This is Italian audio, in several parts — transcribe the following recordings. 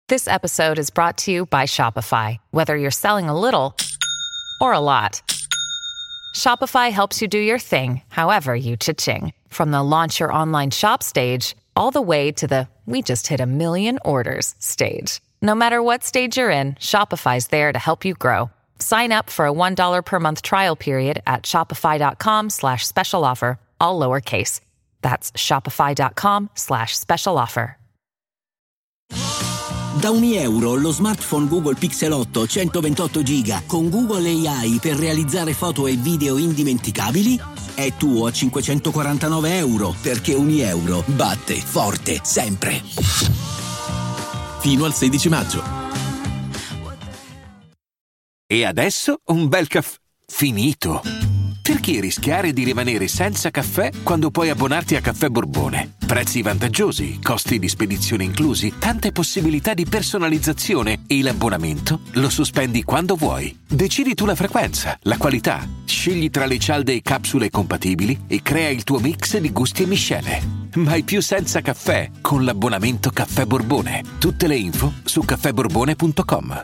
This episode is brought to you by Shopify. Whether you're selling a little or a lot, Shopify helps you do your thing, however you cha-ching. From the launch your online shop stage, all the way to the we just hit 1 million orders stage. No matter what stage you're in, Shopify's there to help you grow. Sign up for a $1 per month trial period at shopify.com/special offer, all lowercase. That's shopify.com/special offer. Da €1 lo smartphone Google Pixel 8 128 GB con Google AI per realizzare foto e video indimenticabili è tuo a €549, perché €1 batte forte sempre. Fino al 16 maggio. E adesso un bel caffè finito. Perché rischiare di rimanere senza caffè quando puoi abbonarti a Caffè Borbone? Prezzi vantaggiosi, costi di spedizione inclusi, tante possibilità di personalizzazione e l'abbonamento lo sospendi quando vuoi. Decidi tu la frequenza, la qualità, scegli tra le cialde e capsule compatibili e crea il tuo mix di gusti e miscele. Mai più senza caffè con l'abbonamento Caffè Borbone. Tutte le info su caffèborbone.com.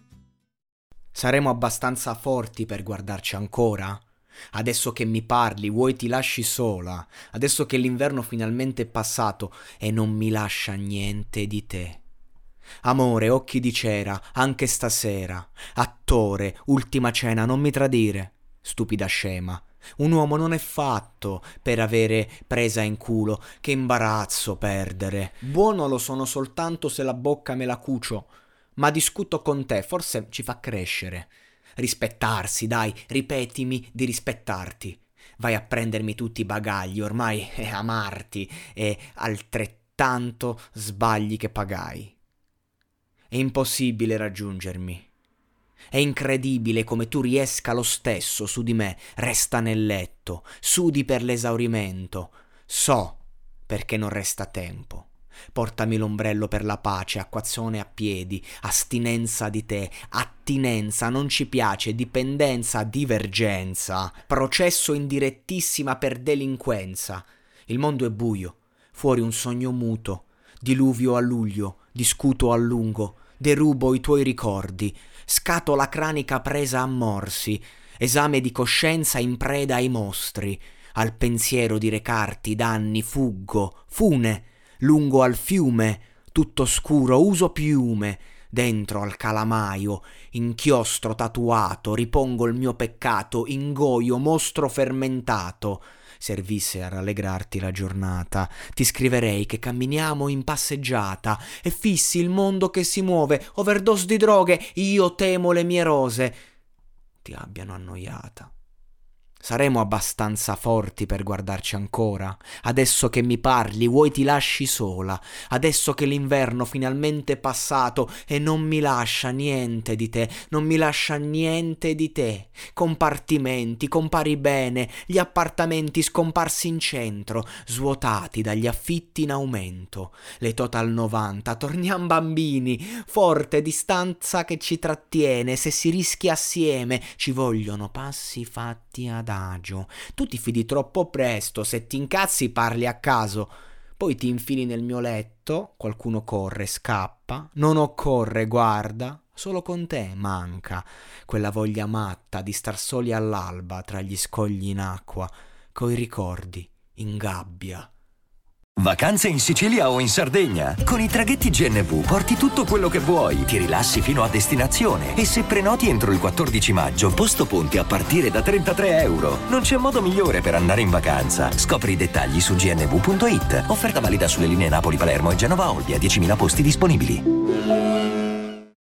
Saremo abbastanza forti per guardarci ancora? Adesso che mi parli, vuoi ti lasci sola? Adesso che l'inverno finalmente è passato e non mi lascia niente di te. Amore, occhi di cera, anche stasera. Attore, ultima cena, non mi tradire. Stupida scema. Un uomo non è fatto per avere presa in culo. Che imbarazzo perdere. Buono lo sono soltanto se la bocca me la cucio. Ma discuto con te, forse ci fa crescere. Rispettarsi, dai, ripetimi di rispettarti. Vai a prendermi tutti i bagagli, ormai amarti è altrettanto sbagli che pagai. È impossibile raggiungermi. È incredibile come tu riesca lo stesso su di me, resta nel letto, sudi per l'esaurimento. So perché non resta tempo. Portami l'ombrello per la pace, acquazzone a piedi, astinenza di te, attinenza, non ci piace, dipendenza, divergenza, processo in direttissima per delinquenza. Il mondo è buio, fuori un sogno muto, diluvio a luglio, discuto a lungo, derubo i tuoi ricordi, scatola cranica presa a morsi, esame di coscienza in preda ai mostri, al pensiero di recarti danni fuggo, fune, lungo al fiume, tutto scuro, uso piume, dentro al calamaio, inchiostro tatuato, ripongo il mio peccato, ingoio, mostro fermentato. Servisse a rallegrarti la giornata, ti scriverei che camminiamo in passeggiata e fissi il mondo che si muove, overdose di droghe, io temo le mie rose ti abbiano annoiata. Saremo abbastanza forti per guardarci ancora? Adesso che mi parli, vuoi ti lasci sola? Adesso che l'inverno finalmente è passato e non mi lascia niente di te, non mi lascia niente di te. Compartimenti, compari bene, gli appartamenti scomparsi in centro, svuotati dagli affitti in aumento. Le Total 90, torniamo bambini, forte distanza che ci trattiene, se si rischia assieme, ci vogliono passi fatti ad agio. Tu ti fidi troppo presto, se ti incazzi parli a caso, poi ti infili nel mio letto, qualcuno corre, scappa, non occorre, guarda, solo con te manca quella voglia matta di star soli all'alba tra gli scogli in acqua, coi ricordi in gabbia. Vacanze in Sicilia o in Sardegna? Con i traghetti GNV porti tutto quello che vuoi, ti rilassi fino a destinazione e se prenoti entro il 14 maggio, posto ponti a partire da €33. Non c'è modo migliore per andare in vacanza. Scopri i dettagli su gnv.it. Offerta valida sulle linee Napoli-Palermo e Genova-Olbia, 10.000 posti disponibili.